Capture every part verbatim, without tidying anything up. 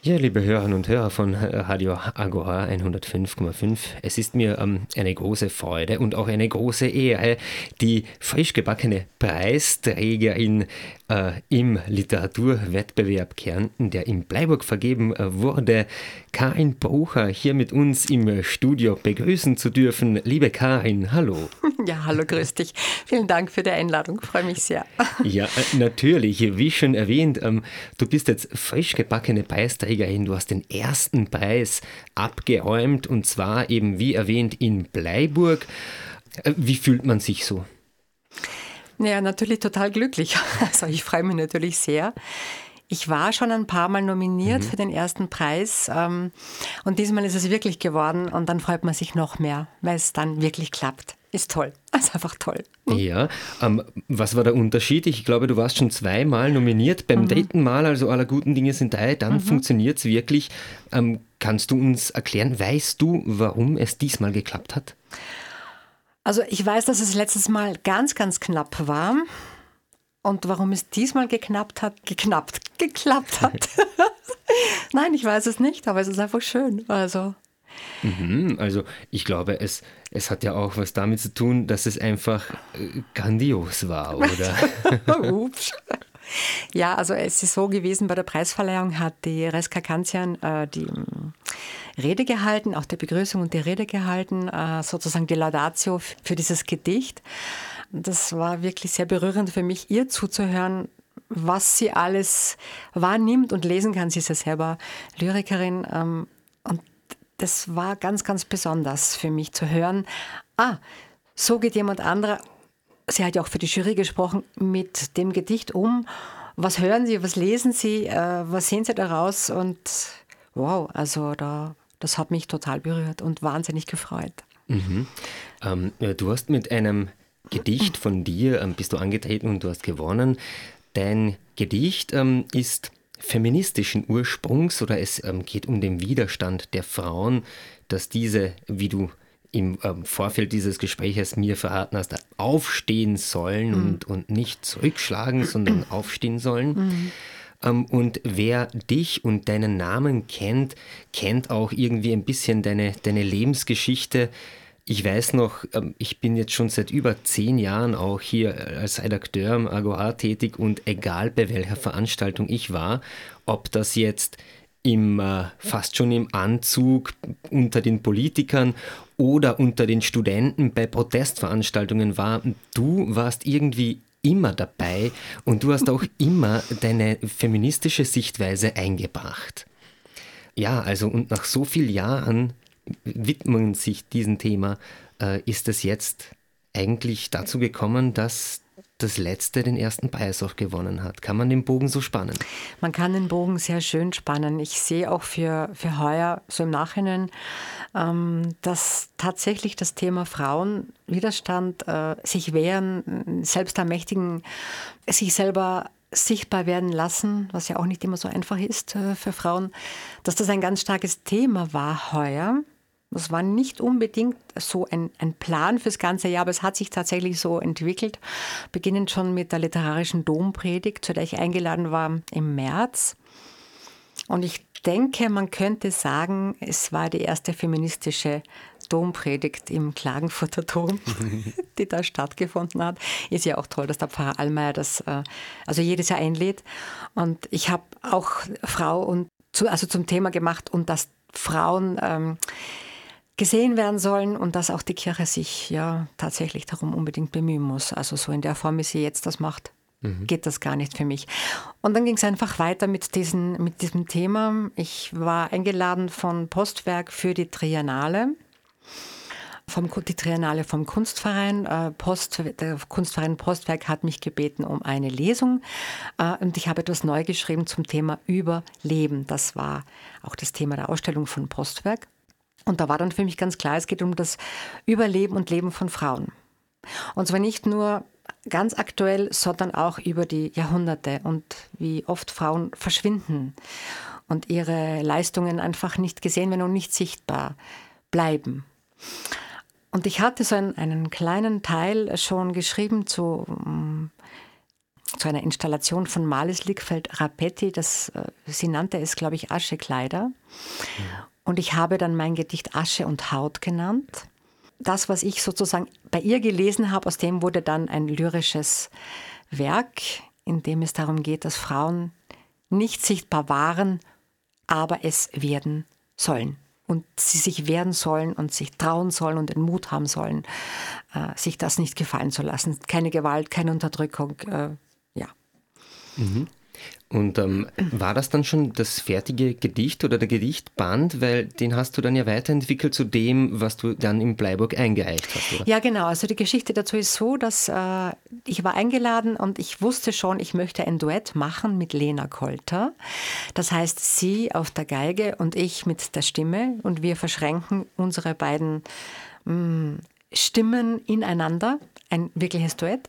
Ja, liebe Hörerinnen und Hörer von Radio Agora hundertfünf Komma fünf, es ist mir ähm, eine große Freude und auch eine große Ehre, die frisch gebackene Preisträgerin äh, im Literaturwettbewerb Kärnten, der in Bleiburg vergeben äh, wurde, Karin Brucher, hier mit uns im Studio begrüßen zu dürfen. Liebe Karin, hallo. Ja, hallo, grüß dich. Vielen Dank für die Einladung, freue mich sehr. Ja, äh, natürlich, wie schon erwähnt, ähm, du bist jetzt frisch gebackene Preisträgerin, du hast den ersten Preis abgeräumt und zwar eben, wie erwähnt, in Bleiburg. Äh, wie fühlt man sich so? Ja, natürlich total glücklich. Also ich freue mich natürlich sehr. Ich war schon ein paar Mal nominiert mhm. für den ersten Preis ähm, und diesmal ist es wirklich geworden und dann freut man sich noch mehr, weil es dann wirklich klappt. Ist toll, ist einfach toll. Ja, ähm, was war der Unterschied? Ich glaube, du warst schon zweimal nominiert. Beim mhm. dritten Mal, also aller guten Dinge sind drei, dann mhm. funktioniert es wirklich. Ähm, kannst du uns erklären, weißt du, warum es diesmal geklappt hat? Also ich weiß, dass es letztes Mal ganz, ganz knapp war. Und warum es diesmal geknappt hat, geknappt, geklappt hat. Nein, ich weiß es nicht, aber es ist einfach schön. Also, mhm, also ich glaube, es, es hat ja auch was damit zu tun, dass es einfach grandios war, oder? Ups. Ja, also es ist so gewesen, bei der Preisverleihung hat die Reska Kanzian äh, die Rede gehalten, auch die Begrüßung und die Rede gehalten, äh, sozusagen die Laudatio für dieses Gedicht. Das war wirklich sehr berührend für mich, ihr zuzuhören, was sie alles wahrnimmt und lesen kann. Sie ist ja selber Lyrikerin ähm, und das war ganz, ganz besonders für mich zu hören. Ah, so geht jemand anderer, sie hat ja auch für die Jury gesprochen, mit dem Gedicht um. Was hören Sie, was lesen Sie, äh, was sehen Sie daraus? Und wow, also da, das hat mich total berührt und wahnsinnig gefreut. Mhm. Ähm, du hast mit einem Gedicht von dir, ähm, bist du angetreten und du hast gewonnen. Dein Gedicht ähm, ist feministischen Ursprungs oder es ähm, geht um den Widerstand der Frauen, dass diese, wie du im ähm, Vorfeld dieses Gespräches mir verraten hast, aufstehen sollen mhm. und, und nicht zurückschlagen, sondern aufstehen sollen. Mhm. Ähm, und wer dich und deinen Namen kennt, kennt auch irgendwie ein bisschen deine, deine Lebensgeschichte. Ich weiß noch, ich bin jetzt schon seit über zehn Jahren auch hier als Redakteur am Agora tätig und egal bei welcher Veranstaltung ich war, ob das jetzt im, fast schon im Anzug unter den Politikern oder unter den Studenten bei Protestveranstaltungen war, du warst irgendwie immer dabei und du hast auch immer deine feministische Sichtweise eingebracht. Ja, also und nach so vielen Jahren widmen sich diesem Thema, äh, ist es jetzt eigentlich dazu gekommen, dass das Letzte den ersten Preis auch gewonnen hat. Kann man den Bogen so spannen? Man kann den Bogen sehr schön spannen. Ich sehe auch für, für heuer so im Nachhinein, ähm, dass tatsächlich das Thema Frauenwiderstand, äh, sich wehren, selbst ermächtigen, sich selber sichtbar werden lassen, was ja auch nicht immer so einfach ist äh, für Frauen, dass das ein ganz starkes Thema war heuer. Das war nicht unbedingt so ein, ein Plan fürs ganze Jahr, aber es hat sich tatsächlich so entwickelt. Beginnend schon mit der literarischen Dompredigt, zu der ich eingeladen war im März. Und ich denke, man könnte sagen, es war die erste feministische Dompredigt im Klagenfurter Dom, die da stattgefunden hat. Ist ja auch toll, dass der Pfarrer Allmeier das also jedes Jahr einlädt. Und ich habe auch Frau und zu, also zum Thema gemacht und dass Frauen ähm, gesehen werden sollen und dass auch die Kirche sich ja tatsächlich darum unbedingt bemühen muss. Also so in der Form, wie sie jetzt das macht, mhm. geht das gar nicht für mich. Und dann ging es einfach weiter mit, diesen, mit diesem Thema. Ich war eingeladen von Postwerk für die Triennale. Vom, die Triennale vom Kunstverein. Post, der Kunstverein Postwerk hat mich gebeten um eine Lesung und ich habe etwas neu geschrieben zum Thema Überleben. Das war auch das Thema der Ausstellung von Postwerk. Und da war dann für mich ganz klar, es geht um das Überleben und Leben von Frauen. Und zwar nicht nur ganz aktuell, sondern auch über die Jahrhunderte und wie oft Frauen verschwinden und ihre Leistungen einfach nicht gesehen werden und nicht sichtbar bleiben. Und ich hatte so einen, einen kleinen Teil schon geschrieben zu zu einer Installation von Marlies Lickfeld-Rapetti. Das, äh, sie nannte es, glaube ich, Aschekleider. Ja. Und ich habe dann mein Gedicht Asche und Haut genannt. Das, was ich sozusagen bei ihr gelesen habe, aus dem wurde dann ein lyrisches Werk, in dem es darum geht, dass Frauen nicht sichtbar waren, aber es werden sollen. Und sie sich wehren sollen und sich trauen sollen und den Mut haben sollen, äh, sich das nicht gefallen zu lassen. Keine Gewalt, keine Unterdrückung, äh, ja. Mhm. Und ähm, war das dann schon das fertige Gedicht oder der Gedichtband? Weil den hast du dann ja weiterentwickelt zu dem, was du dann im Bleiburg eingereicht hast, oder? Ja, genau. Also die Geschichte dazu ist so, dass äh, ich war eingeladen und ich wusste schon, ich möchte ein Duett machen mit Lena Kolter. Das heißt, sie auf der Geige und ich mit der Stimme. Und wir verschränken unsere beiden mh, Stimmen ineinander. Ein wirkliches Duett.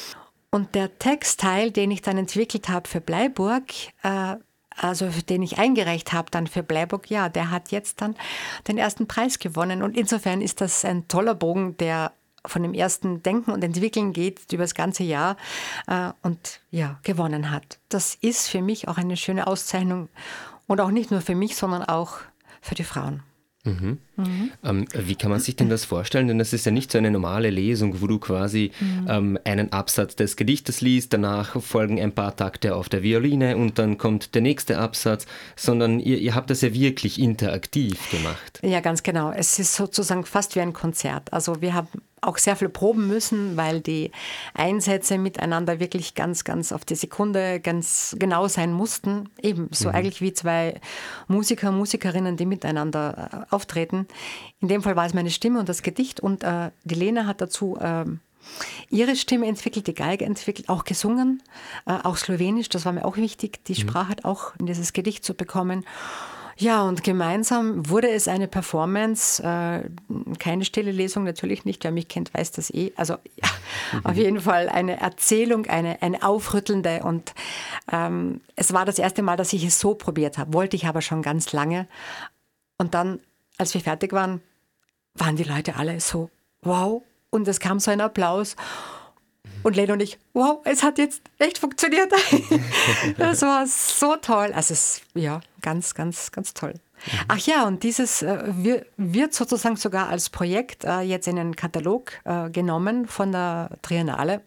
Und der Textteil, den ich dann entwickelt habe für Bleiburg, äh, also für den ich eingereicht habe dann für Bleiburg, ja, der hat jetzt dann den ersten Preis gewonnen. Und insofern ist das ein toller Bogen, der von dem ersten Denken und Entwickeln geht über das ganze Jahr äh, und ja, gewonnen hat. Das ist für mich auch eine schöne Auszeichnung und auch nicht nur für mich, sondern auch für die Frauen. Mhm. Mhm. Ähm, wie kann man sich denn das vorstellen? Denn das ist ja nicht so eine normale Lesung, wo du quasi mhm. ähm, einen Absatz des Gedichtes liest, danach folgen ein paar Takte auf der Violine und dann kommt der nächste Absatz, sondern ihr, ihr habt das ja wirklich interaktiv gemacht. Ja, ganz genau. Es ist sozusagen fast wie ein Konzert. Also wir haben auch sehr viel proben müssen, weil die Einsätze miteinander wirklich ganz, ganz auf die Sekunde ganz genau sein mussten. Eben so mhm. eigentlich wie zwei Musiker, Musikerinnen, die miteinander äh, auftreten. In dem Fall war es meine Stimme und das Gedicht und äh, die Lena hat dazu äh, ihre Stimme entwickelt, die Geige entwickelt, auch gesungen, äh, auch Slowenisch, das war mir auch wichtig, die mhm. Sprache auch in dieses Gedicht zu bekommen. Ja, und gemeinsam wurde es eine Performance, äh, keine stille Lesung, natürlich nicht, wer mich kennt, weiß das eh. Also ja, mhm. auf jeden Fall eine Erzählung, eine, eine aufrüttelnde und ähm, es war das erste Mal, dass ich es so probiert habe, wollte ich aber schon ganz lange. Und dann, als wir fertig waren, waren die Leute alle so, wow, und es kam so ein Applaus. Und Lena und ich, wow, es hat jetzt echt funktioniert. Das war so toll. Also es ja, ganz, ganz, ganz toll. Mhm. Ach ja, und dieses äh, wird sozusagen sogar als Projekt äh, jetzt in einen Katalog äh, genommen von der Triennale.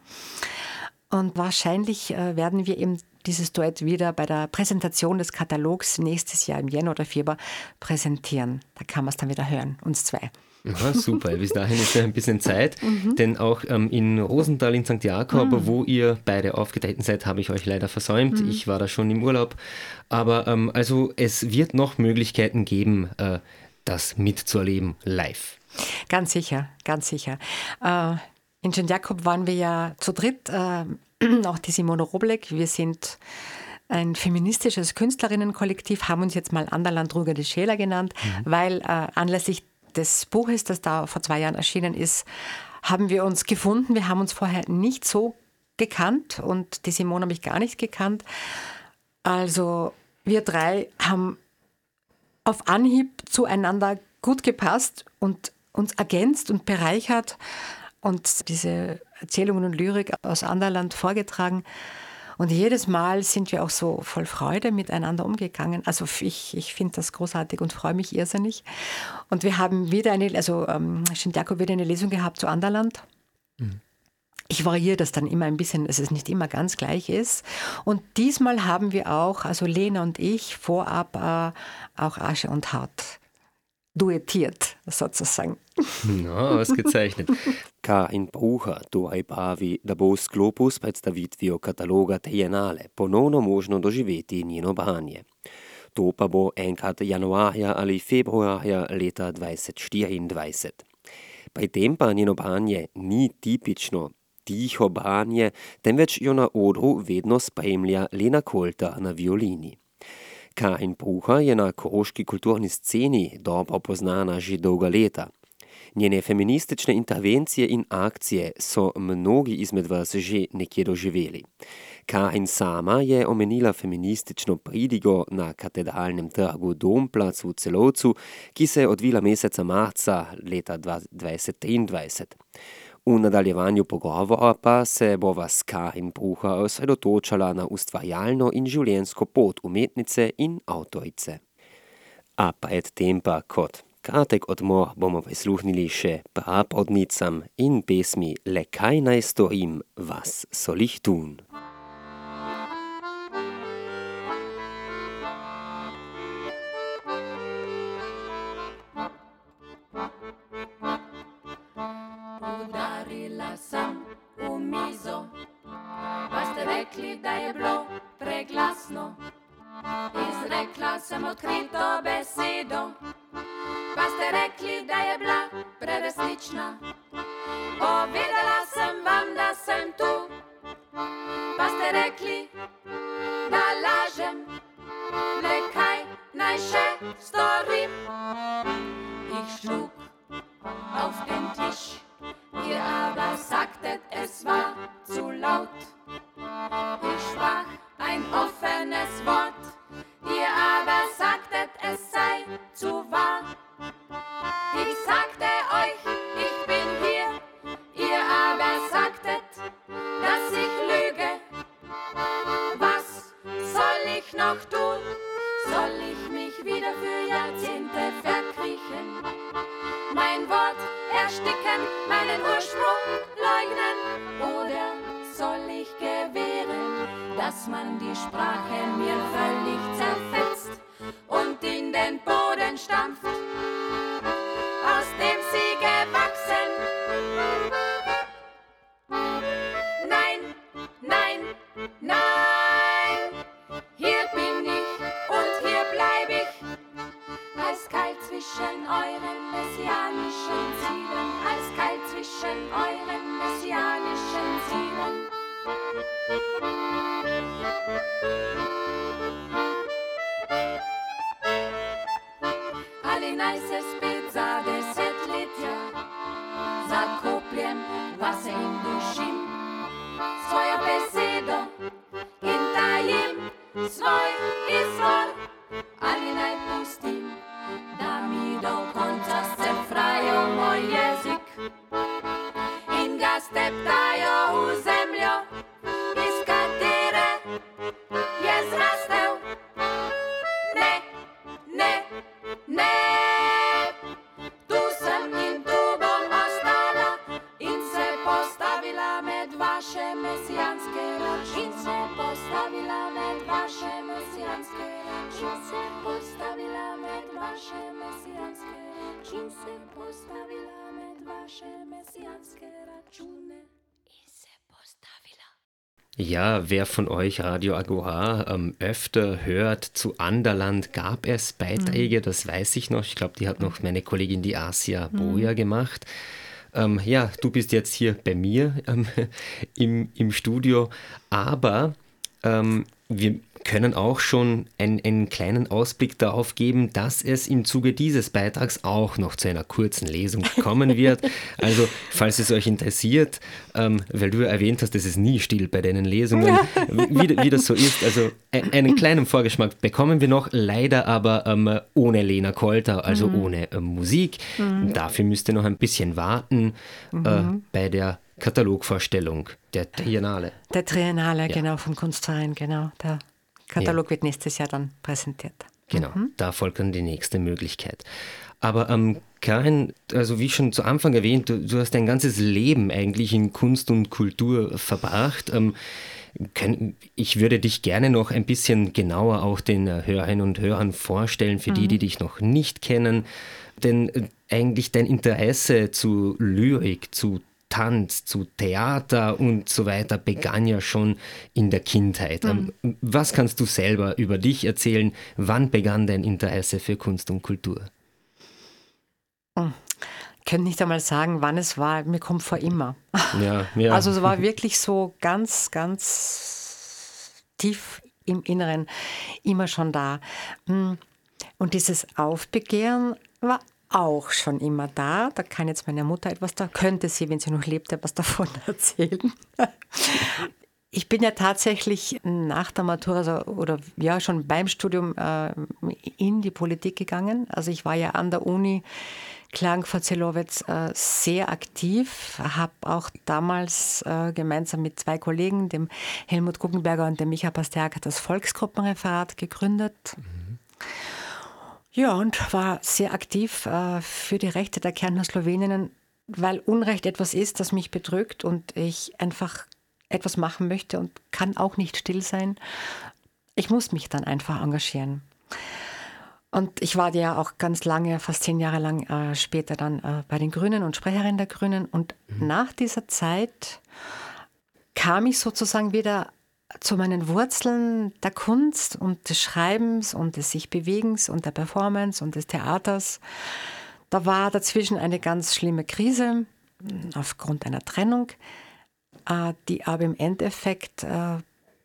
Und wahrscheinlich äh, werden wir eben dieses Duett wieder bei der Präsentation des Katalogs nächstes Jahr im Jänner oder Februar präsentieren. Da kann man es dann wieder hören, uns zwei. Aha, super, bis dahin ist ja ein bisschen Zeit, mhm. denn auch ähm, in Rosenthal in Sankt Jakob, mhm. wo ihr beide aufgetreten seid, habe ich euch leider versäumt. Mhm. Ich war da schon im Urlaub, aber ähm, also es wird noch Möglichkeiten geben, äh, das mitzuerleben live. Ganz sicher, ganz sicher. Äh, in Sankt Jakob waren wir ja zu dritt, äh, auch die Simone Roblek, wir sind ein feministisches Künstlerinnenkollektiv, haben uns jetzt mal Anderland Ruger de Scheler genannt, mhm. weil äh, anlässlich des Buches, das da vor zwei Jahren erschienen ist, haben wir uns gefunden. Wir haben uns vorher nicht so gekannt und die Simone habe ich gar nicht gekannt. Also wir drei haben auf Anhieb zueinander gut gepasst und uns ergänzt und bereichert und diese Erzählungen und Lyrik aus Anderland vorgetragen. Und jedes Mal sind wir auch so voll Freude miteinander umgegangen. Also ich, ich finde das großartig und freue mich irrsinnig. Und wir haben wieder eine, also ähm, Sankt Jakob wieder eine Lesung gehabt zu Anderland. Mhm. Ich variiere das dann immer ein bisschen, dass es nicht immer ganz gleich ist. Und diesmal haben wir auch, also Lena und ich, vorab äh, auch Asche und Haut duettiert, sozusagen. No, ausgezeichnet. Karin Prucha, tu bavi da Bos Globus predstavitvijo kataloga triennale, ponovno možno doživeti njeno branje. To pa bo enkrat januarja ali februarja leta dvajset štiriindvajset. Pri tem pa njeno branje ni tipično tiho branje, temveč jo na odru vedno spremlja Lena Kolter na violini. Karin Prucha je na koroški kulturni sceni dobro poznana že dolga leta. Njene feministične intervencije in akcije so mnogi izmed vas že nekje doživeli. Karin sama je omenila feministično pridigo na katedralnem trgu Domplac v Celovcu, ki se je odvila meseca marca leta dvajset triindvajset. U nadaljevanju pogovora pa se bova s Karin Brucher osredotočala na ustvarjalno in življenjsko pot umetnice in avtorice. A pred tem pa kot kratek odmor bomo prisluhnili še prapodnicam in pesmi Le kaj naj storim, was soll ich tun. Udarila sem v mizo, pa ste rekli, da je bilo preglasno. Izrekla sem odkrito besedo, pa ste rekli, da je bila preresnična. Povedala sem vam, da sem tu, pa ste rekli, da lažem. Le kaj naj še storim? Ich schlug auf den Tisch, ihr aber sagtet, es war zu laut. Ich sprach ein offenes Wort, ihr aber sagtet, es sei zu wahr. Ich sagte euch, ich bin hier, ihr aber sagtet, dass ich lüge. Was soll ich noch tun? Soll ich mich wieder für Jahrzehnte verkriechen? Mein Wort ersticken, meinen Ursprung leugnen? Oder soll ich gewähren, dass man die Sprache mir völlig zerfetzt und in den Boden stampft, aus dem sie gewachsen? Nein, nein, nein, hier bin ich und hier bleib ich, eiskalt zwischen euren messianischen Zielen, eiskalt zwischen euren messianischen Zielen. Ali naj se spet za desetletja zakopljem vase in dušim svojo besedo in tajim svoj izvor. Ali naj pustim, da mi do konca scefrajo moj jezik in ga steptajo v zemljo, iz katere je zrastel. Ne, ne, ne, tu sem in tu bom ostala in se postavila med vaše mesijanske račune. In se postavila med vaše mesijanske račune. In se postavila med vaše mesijanske račune. In se postavila med vaše mesijanske račune. In se postavila. Ja, wer von euch Radio Agora ähm, öfter hört, zu Anderland gab es Beiträge, mhm. das weiß ich noch. Ich glaube, die hat noch meine Kollegin, die Asia Boja, mhm. gemacht. Ähm, ja, du bist jetzt hier bei mir ähm, im, im Studio, aber ähm, wir können auch schon ein, einen kleinen Ausblick darauf geben, dass es im Zuge dieses Beitrags auch noch zu einer kurzen Lesung kommen wird. Also, falls es euch interessiert, ähm, weil du ja erwähnt hast, es ist nie still bei deinen Lesungen, wie, wie das so ist. Also, ein, einen kleinen Vorgeschmack bekommen wir noch, leider aber ähm, ohne Lena Kolter, also mhm. ohne äh, Musik. Mhm. Dafür müsst ihr noch ein bisschen warten mhm. äh, bei der Katalogvorstellung der Triennale. Der Triennale, ja. Genau, vom Kunstverein, genau. Der Katalog ja. wird nächstes Jahr dann präsentiert. Genau, mhm. da folgt dann die nächste Möglichkeit. Aber ähm, Karin, also wie schon zu Anfang erwähnt, du, du hast dein ganzes Leben eigentlich in Kunst und Kultur verbracht. Ähm, können, ich würde dich gerne noch ein bisschen genauer auch den Hörerinnen und Hörern vorstellen, für mhm. die, die dich noch nicht kennen. Denn äh, eigentlich dein Interesse zu Lyrik, zu Tanz, zu Theater und so weiter begann ja schon in der Kindheit. Mhm. Was kannst du selber über dich erzählen? Wann begann dein Interesse für Kunst und Kultur? Ich könnte nicht einmal sagen, wann es war. Mir kommt vor immer. Ja, ja. Also es war wirklich so ganz, ganz tief im Inneren immer schon da. Und dieses Aufbegehren war auch schon immer da. Da kann jetzt meine Mutter etwas, da könnte sie, wenn sie noch lebt, etwas davon erzählen. Ich bin ja tatsächlich nach der Matura also, oder ja schon beim Studium äh, in die Politik gegangen. Also ich war ja an der Uni Klagenfurt-Zelowitz äh, sehr aktiv, habe auch damals äh, gemeinsam mit zwei Kollegen, dem Helmut Guggenberger und dem Micha Pasterka, das Volksgruppenreferat gegründet. Mhm. Ja, und war sehr aktiv äh, für die Rechte der Kärntner Sloweninnen, weil Unrecht etwas ist, das mich bedrückt und ich einfach etwas machen möchte und kann auch nicht still sein. Ich muss mich dann einfach engagieren. Und ich war ja auch ganz lange, fast zehn Jahre lang äh, später dann äh, bei den Grünen und Sprecherin der Grünen. Und mhm. nach dieser Zeit kam ich sozusagen wieder zu meinen Wurzeln der Kunst und des Schreibens und des Sich-Bewegens und der Performance und des Theaters. Da war dazwischen eine ganz schlimme Krise aufgrund einer Trennung, äh, die aber im Endeffekt äh,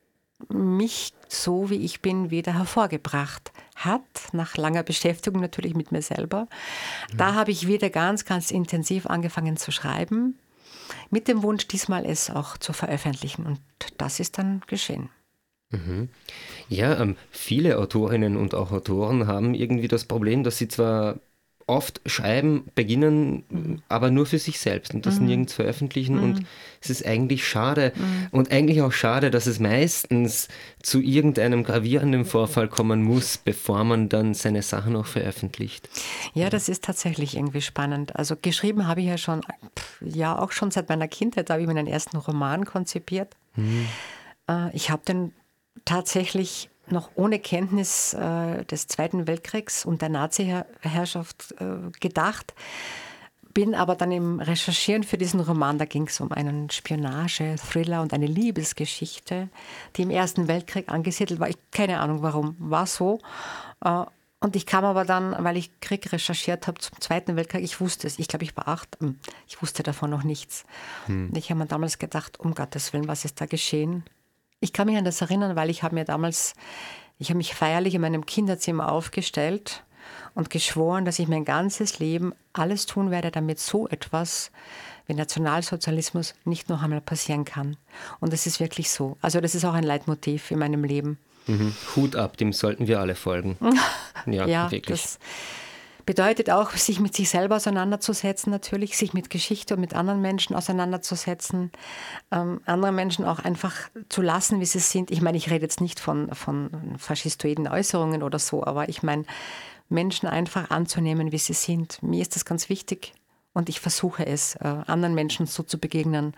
mich, so wie ich bin, wieder hervorgebracht hat, nach langer Beschäftigung natürlich mit mir selber. Mhm. Da habe ich wieder ganz, ganz intensiv angefangen zu schreiben, mit dem Wunsch, diesmal es auch zu veröffentlichen. Und das ist dann geschehen. Mhm. Ja, ähm, viele Autorinnen und auch Autoren haben irgendwie das Problem, dass sie zwar oft schreiben, beginnen, mhm. aber nur für sich selbst und das mhm. nirgends veröffentlichen. Mhm. Und es ist eigentlich schade mhm. und eigentlich auch schade, dass es meistens zu irgendeinem gravierenden Vorfall kommen muss, bevor man dann seine Sachen auch veröffentlicht. Ja, das ist tatsächlich irgendwie spannend. Also geschrieben habe ich ja schon, ja auch schon seit meiner Kindheit, da habe ich meinen ersten Roman konzipiert. Mhm. Ich habe den tatsächlich noch ohne Kenntnis äh, des Zweiten Weltkriegs und der Nazi-Herrschaft äh, gedacht, bin aber dann im Recherchieren für diesen Roman, da ging es um einen Spionage-Thriller und eine Liebesgeschichte, die im Ersten Weltkrieg angesiedelt war. Ich, keine Ahnung warum, war so. Äh, und ich kam aber dann, weil ich Krieg recherchiert habe zum Zweiten Weltkrieg, ich wusste es, ich glaube, ich war acht, ich wusste davon noch nichts. Hm. Und ich habe mir damals gedacht, um Gottes Willen, was ist da geschehen? Ich kann mich an das erinnern, weil ich habe mir damals, ich habe mich feierlich in meinem Kinderzimmer aufgestellt und geschworen, dass ich mein ganzes Leben alles tun werde, damit so etwas wie Nationalsozialismus nicht noch einmal passieren kann. Und das ist wirklich so. Also das ist auch ein Leitmotiv in meinem Leben. Mhm. Hut ab, dem sollten wir alle folgen. Ja, ja wirklich. Das bedeutet auch, sich mit sich selber auseinanderzusetzen natürlich, sich mit Geschichte und mit anderen Menschen auseinanderzusetzen, ähm, andere Menschen auch einfach zu lassen, wie sie sind. Ich meine, ich rede jetzt nicht von, von faschistoiden Äußerungen oder so, aber ich meine, Menschen einfach anzunehmen, wie sie sind. Mir ist das ganz wichtig und ich versuche es, äh, anderen Menschen so zu begegnen.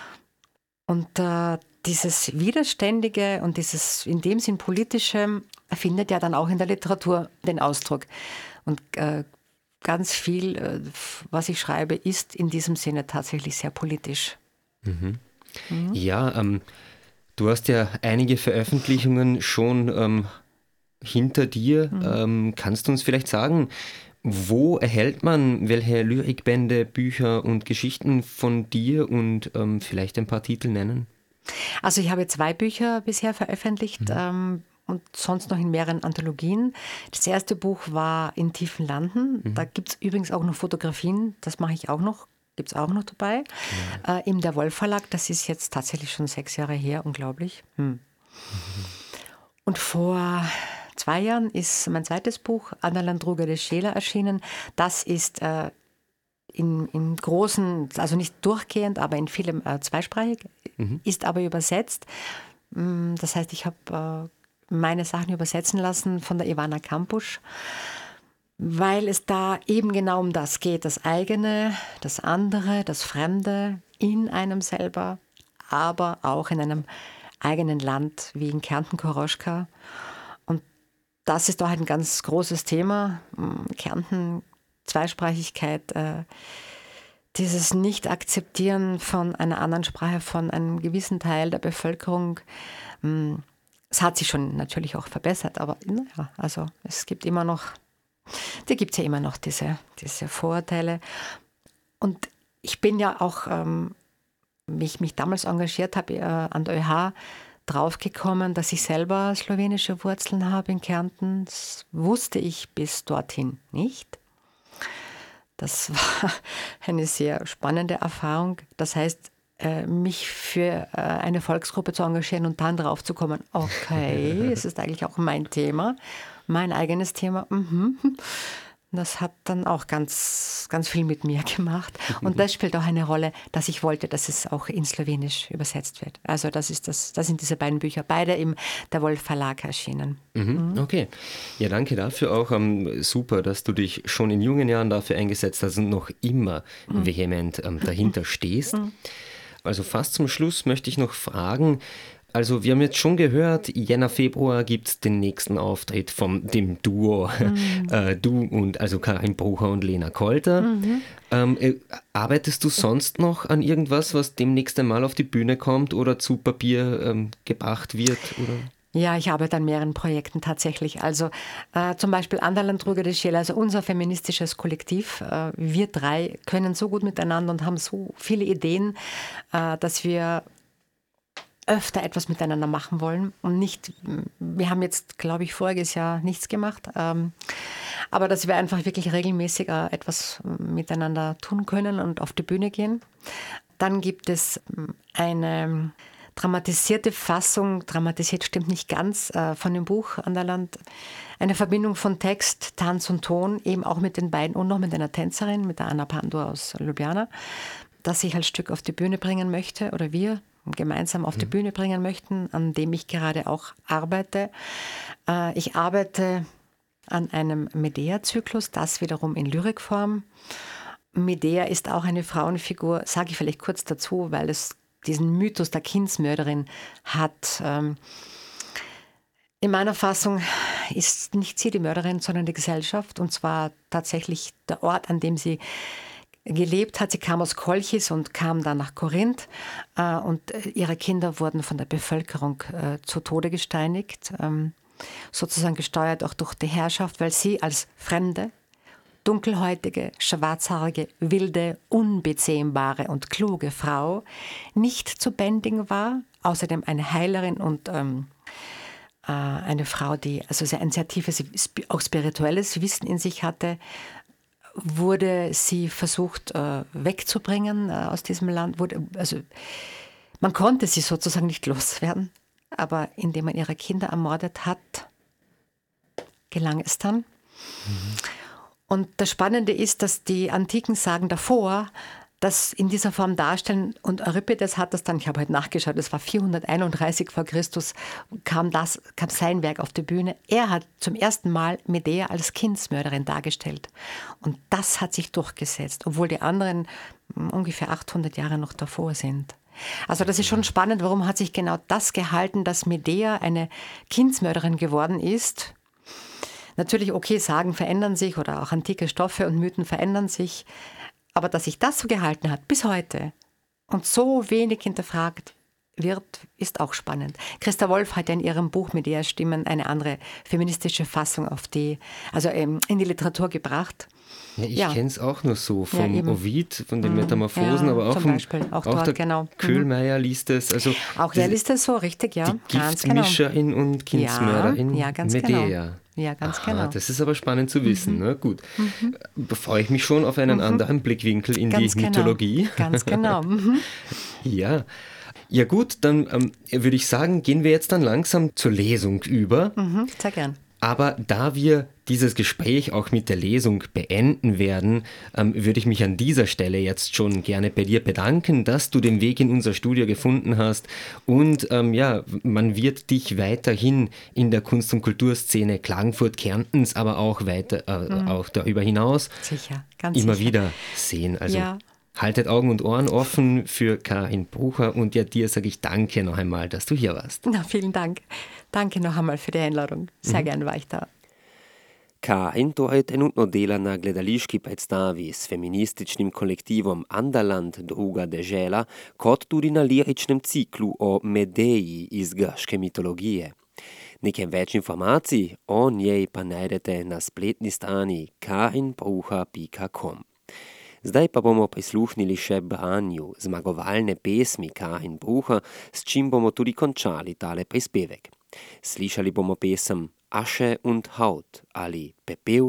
Und äh, dieses Widerständige und dieses in dem Sinn Politische findet ja dann auch in der Literatur den Ausdruck. Und äh, ganz viel, äh, was ich schreibe, ist in diesem Sinne tatsächlich sehr politisch. Mhm. Mhm. Ja, ähm, du hast ja einige Veröffentlichungen schon ähm, hinter dir. Mhm. Ähm, kannst du uns vielleicht sagen, wo erhält man welche Lyrikbände, Bücher und Geschichten von dir und ähm, vielleicht ein paar Titel nennen? Also ich habe zwei Bücher bisher veröffentlicht, mhm. ähm, und sonst noch in mehreren Anthologien. Das erste Buch war In tiefen Landen. Mhm. Da gibt es übrigens auch noch Fotografien, das mache ich auch noch, gibt es auch noch dabei. Ja. Äh, Im Der Wolf Verlag, das ist jetzt tatsächlich schon sechs Jahre her, unglaublich. Hm. Mhm. Und vor zwei Jahren ist mein zweites Buch, Anna Landruga de Scheler, erschienen. Das ist äh, in, in großen, also nicht durchgehend, aber in vielem äh, zweisprachig, mhm. ist aber übersetzt. Das heißt, ich habe äh, meine Sachen übersetzen lassen von der Ivana Kampusch, weil es da eben genau um das geht, das eigene, das andere, das Fremde in einem selber, aber auch in einem eigenen Land wie in Kärnten-Koroschka. Und das ist doch ein ganz großes Thema. Kärnten, Zweisprachigkeit, äh, dieses Nicht-Akzeptieren von einer anderen Sprache von einem gewissen Teil der Bevölkerung. Mh, Es hat sich schon natürlich auch verbessert, aber naja, also es gibt immer noch, da gibt es ja immer noch diese, diese Vorurteile. Und ich bin ja auch, ähm, wie ich mich damals engagiert habe äh, an der ÖH, draufgekommen, dass ich selber slowenische Wurzeln habe in Kärnten. Das wusste ich bis dorthin nicht. Das war eine sehr spannende Erfahrung. Das heißt, äh, mich für äh, eine Volksgruppe zu engagieren und dann drauf zu kommen, okay, es ist eigentlich auch mein Thema, mein eigenes Thema. Mhm. Das hat dann auch ganz, ganz viel mit mir gemacht. Und das spielt auch eine Rolle, dass ich wollte, dass es auch in Slowenisch übersetzt wird. Also das, ist das, das sind diese beiden Bücher, beide im Der Wolf Verlag erschienen. Mhm, mhm. Okay. Ja, danke dafür auch. Ähm, super, dass du dich schon in jungen Jahren dafür eingesetzt hast und noch immer mhm. vehement ähm, dahinter stehst. Mhm. Also fast zum Schluss möchte ich noch fragen, also wir haben jetzt schon gehört, Jänner, Februar gibt es den nächsten Auftritt von dem Duo, mhm. äh, du und also Karin Brucher und Lena Kolter. Mhm. Ähm, äh, arbeitest du sonst noch an irgendwas, was demnächst einmal auf die Bühne kommt oder zu Papier ähm, gebracht wird? Oder? Ja, ich arbeite an mehreren Projekten tatsächlich. Also äh, zum Beispiel Anderland Druga de Sjela, also unser feministisches Kollektiv. Äh, wir drei können so gut miteinander und haben so viele Ideen, äh, dass wir öfter etwas miteinander machen wollen und nicht, wir haben jetzt, glaube ich, voriges Jahr nichts gemacht, ähm, aber dass wir einfach wirklich regelmäßig äh, etwas miteinander tun können und auf die Bühne gehen. Dann gibt es eine dramatisierte Fassung, dramatisiert stimmt nicht ganz, äh, von dem Buch Anderland, eine Verbindung von Text, Tanz und Ton, eben auch mit den beiden und noch mit einer Tänzerin, mit der Anna Pandur aus Ljubljana, das ich als Stück auf die Bühne bringen möchte oder wir gemeinsam auf die Bühne bringen möchten, an dem ich gerade auch arbeite. Ich arbeite an einem Medea-Zyklus, das wiederum in Lyrikform. Medea ist auch eine Frauenfigur, sage ich vielleicht kurz dazu, weil es diesen Mythos der Kindsmörderin hat. In meiner Fassung ist nicht sie die Mörderin, sondern die Gesellschaft, und zwar tatsächlich der Ort, an dem sie gelebt hat. Sie kam aus Kolchis und kam dann nach Korinth äh, und ihre Kinder wurden von der Bevölkerung äh, zu Tode gesteinigt, ähm, sozusagen gesteuert auch durch die Herrschaft, weil sie als fremde, dunkelhäutige, schwarzhaarige, wilde, unbezähmbare und kluge Frau nicht zu bändigen war, außerdem eine Heilerin und ähm, äh, eine Frau, die also sehr, ein sehr tiefes, auch spirituelles Wissen in sich hatte, wurde sie versucht äh, wegzubringen äh, aus diesem Land. Wurde, also, man konnte sie sozusagen nicht loswerden, aber indem man ihre Kinder ermordet hat, gelang es dann. Mhm. Und das Spannende ist, dass die antiken Sagen davor das in dieser Form darstellen, und Euripides hat das dann, ich habe heute nachgeschaut, das war vierhunderteinunddreißig vor Christus, kam, das, kam sein Werk auf die Bühne. Er hat zum ersten Mal Medea als Kindsmörderin dargestellt. Und das hat sich durchgesetzt, obwohl die anderen ungefähr achthundert Jahre noch davor sind. Also das ist schon spannend, warum hat sich genau das gehalten, dass Medea eine Kindsmörderin geworden ist. Natürlich, okay, Sagen verändern sich oder auch antike Stoffe und Mythen verändern sich. Aber dass sich das so gehalten hat, bis heute, und so wenig hinterfragt wird, ist auch spannend. Christa Wolf hat ja in ihrem Buch Medea-Stimmen eine andere feministische Fassung auf die, also ähm, in die Literatur gebracht. Ja, ich ja. kenne es auch nur so vom ja, Ovid, von den Metamorphosen, ja, aber auch zum vom, Beispiel, auch, auch dort, der genau. Köhlmeier liest es. Also auch er liest es so, richtig, ja. Die ganz Giftmischerin genau. und Kindsmörderin ja, ja, ganz Medea. Genau. Ja, ganz Aha, genau. Das ist aber spannend zu wissen. Mhm. Ne? Gut, mhm. da freue ich mich schon auf einen mhm. anderen Blickwinkel in ganz die genau. Mythologie. Ganz genau. Mhm. ja. Ja gut, dann ähm, würde ich sagen, gehen wir jetzt dann langsam zur Lesung über. Mhm, sehr gern. Aber da wir dieses Gespräch auch mit der Lesung beenden werden, ähm, würde ich mich an dieser Stelle jetzt schon gerne bei dir bedanken, dass du den Weg in unser Studio gefunden hast. Und ähm, ja, man wird dich weiterhin in der Kunst- und Kulturszene Klagenfurt-Kärntens, aber auch weiter, äh, mhm. auch darüber hinaus sicher, ganz immer sicher. wieder sehen. Also ja. haltet Augen und Ohren offen für Karin Brucher, und ja, dir sage ich danke noch einmal, dass du hier warst. Na, vielen Dank. Danke noch einmal für die Einladung. Sehr mhm. gern war ich da. Karin to je trenutno dela na gledališki predstavi s feminističnim kolektivom Anderland Druga de Sjela, kot tudi na liričnem ciklu o Medeji iz grške mitologije. Nekaj več informacij o njej pa najdete na spletni strani karin brucher pika com. Zdaj pa bomo prisluhnili še branju zmagovalne pesmi Karin Brucher, s čim bomo tudi končali tale prispevek. Slišali bomo pesem Asche und Haut ali Pepel in Koža. Asche und Haut.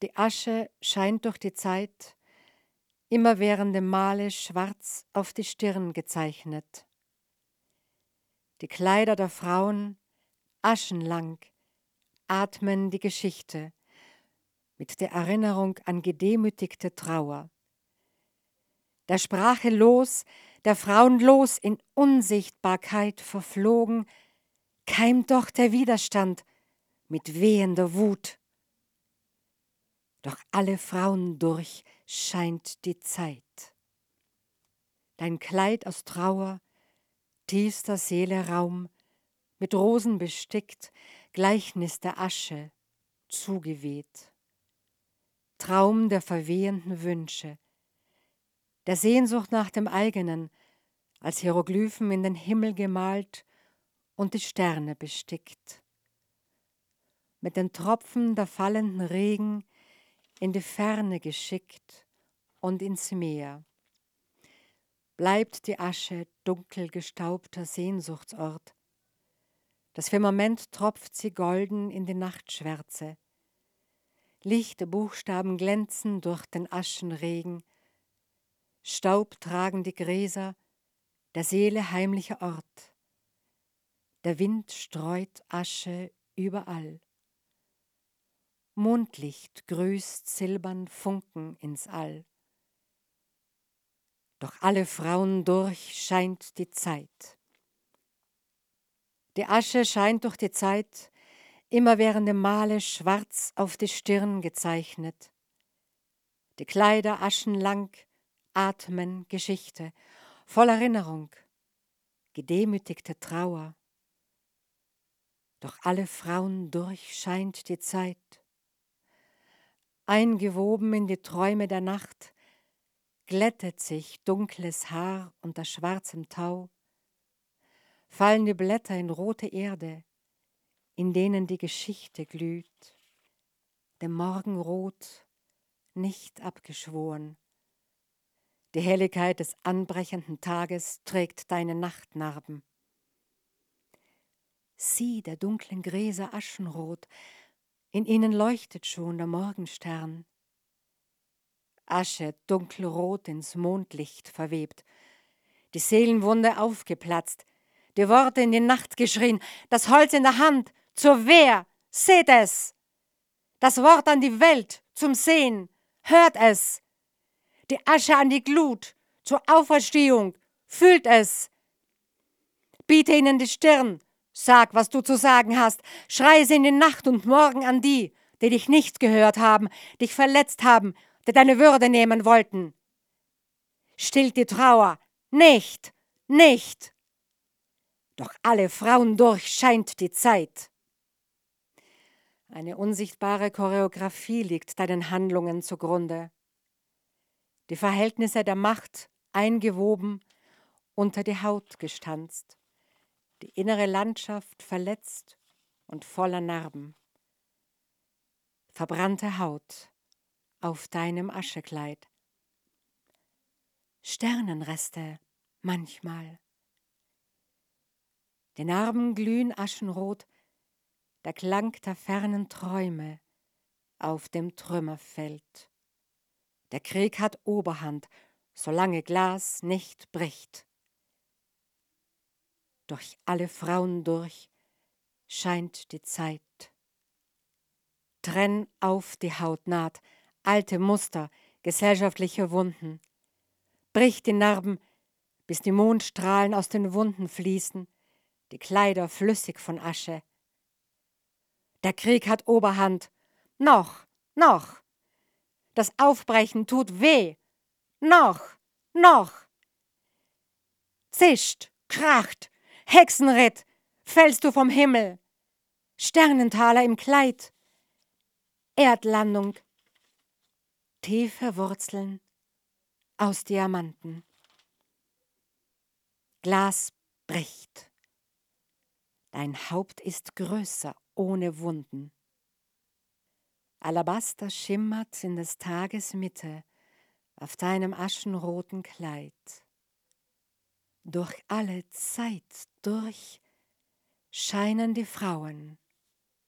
Die Asche scheint durch die Zeit, immerwährende Male schwarz auf die Stirn gezeichnet. Die Kleider der Frauen, aschenlang, atmen die Geschichte mit der Erinnerung an gedemütigte Trauer. Der Sprache los, der Frauen los, in Unsichtbarkeit verflogen, keimt doch der Widerstand mit wehender Wut. Doch alle Frauen durch scheint die Zeit. Dein Kleid aus Trauer, tiefster Seele Raum, mit Rosen bestickt, Gleichnis der Asche, zugeweht. Traum der verwehenden Wünsche, der Sehnsucht nach dem eigenen, als Hieroglyphen in den Himmel gemalt und die Sterne bestickt. Mit den Tropfen der fallenden Regen in die Ferne geschickt und ins Meer. Bleibt die Asche dunkel gestaubter Sehnsuchtsort. Das Firmament tropft sie golden in die Nachtschwärze. Lichte Buchstaben glänzen durch den Aschenregen. Staub tragen die Gräser, der Seele heimlicher Ort. Der Wind streut Asche überall. Mondlicht grüßt silbern Funken ins All. Doch alle Frauen durch scheint die Zeit. Die Asche scheint durch die Zeit, immerwährende Male schwarz auf die Stirn gezeichnet. Die Kleider aschenlang atmen Geschichte, voll Erinnerung, gedemütigte Trauer. Doch alle Frauen durch scheint die Zeit. Eingewoben in die Träume der Nacht, glättet sich dunkles Haar unter schwarzem Tau, fallen die Blätter in rote Erde, in denen die Geschichte glüht, dem Morgenrot nicht abgeschworen. Die Helligkeit des anbrechenden Tages trägt deine Nachtnarben. Sieh der dunklen Gräser aschenrot, in ihnen leuchtet schon der Morgenstern. Asche dunkelrot ins Mondlicht verwebt, die Seelenwunde aufgeplatzt, die Worte in die Nacht geschrien, das Holz in der Hand, zur Wehr, seht es! Das Wort an die Welt, zum Sehen, hört es! Die Asche an die Glut, zur Auferstehung, fühlt es! Biete ihnen die Stirn, sag, was du zu sagen hast, schrei sie in die Nacht und morgen an die, die dich nicht gehört haben, dich verletzt haben, die deine Würde nehmen wollten. Stillt die Trauer, nicht, nicht! Doch alle Frauen durch scheint die Zeit. Eine unsichtbare Choreografie liegt deinen Handlungen zugrunde. Die Verhältnisse der Macht eingewoben, unter die Haut gestanzt. Die innere Landschaft verletzt und voller Narben. Verbrannte Haut auf deinem Aschekleid. Sternenreste manchmal. Die Narben glühen aschenrot, der Klang der fernen Träume auf dem Trümmerfeld. Der Krieg hat Oberhand, solange Glas nicht bricht. Durch alle Frauen durch scheint die Zeit. Trenn auf die Hautnaht, alte Muster, gesellschaftliche Wunden. Brich die Narben, bis die Mondstrahlen aus den Wunden fließen, die Kleider flüssig von Asche. Der Krieg hat Oberhand, noch, noch. Das Aufbrechen tut weh, noch, noch. Zischt, kracht, Hexenritt, fällst du vom Himmel. Sternentaler im Kleid, Erdlandung, tiefe Wurzeln aus Diamanten. Glas bricht. Dein Haupt ist größer, ohne Wunden. Alabaster schimmert in des Tages Mitte auf deinem aschenroten Kleid. Durch alle Zeit durch scheinen die Frauen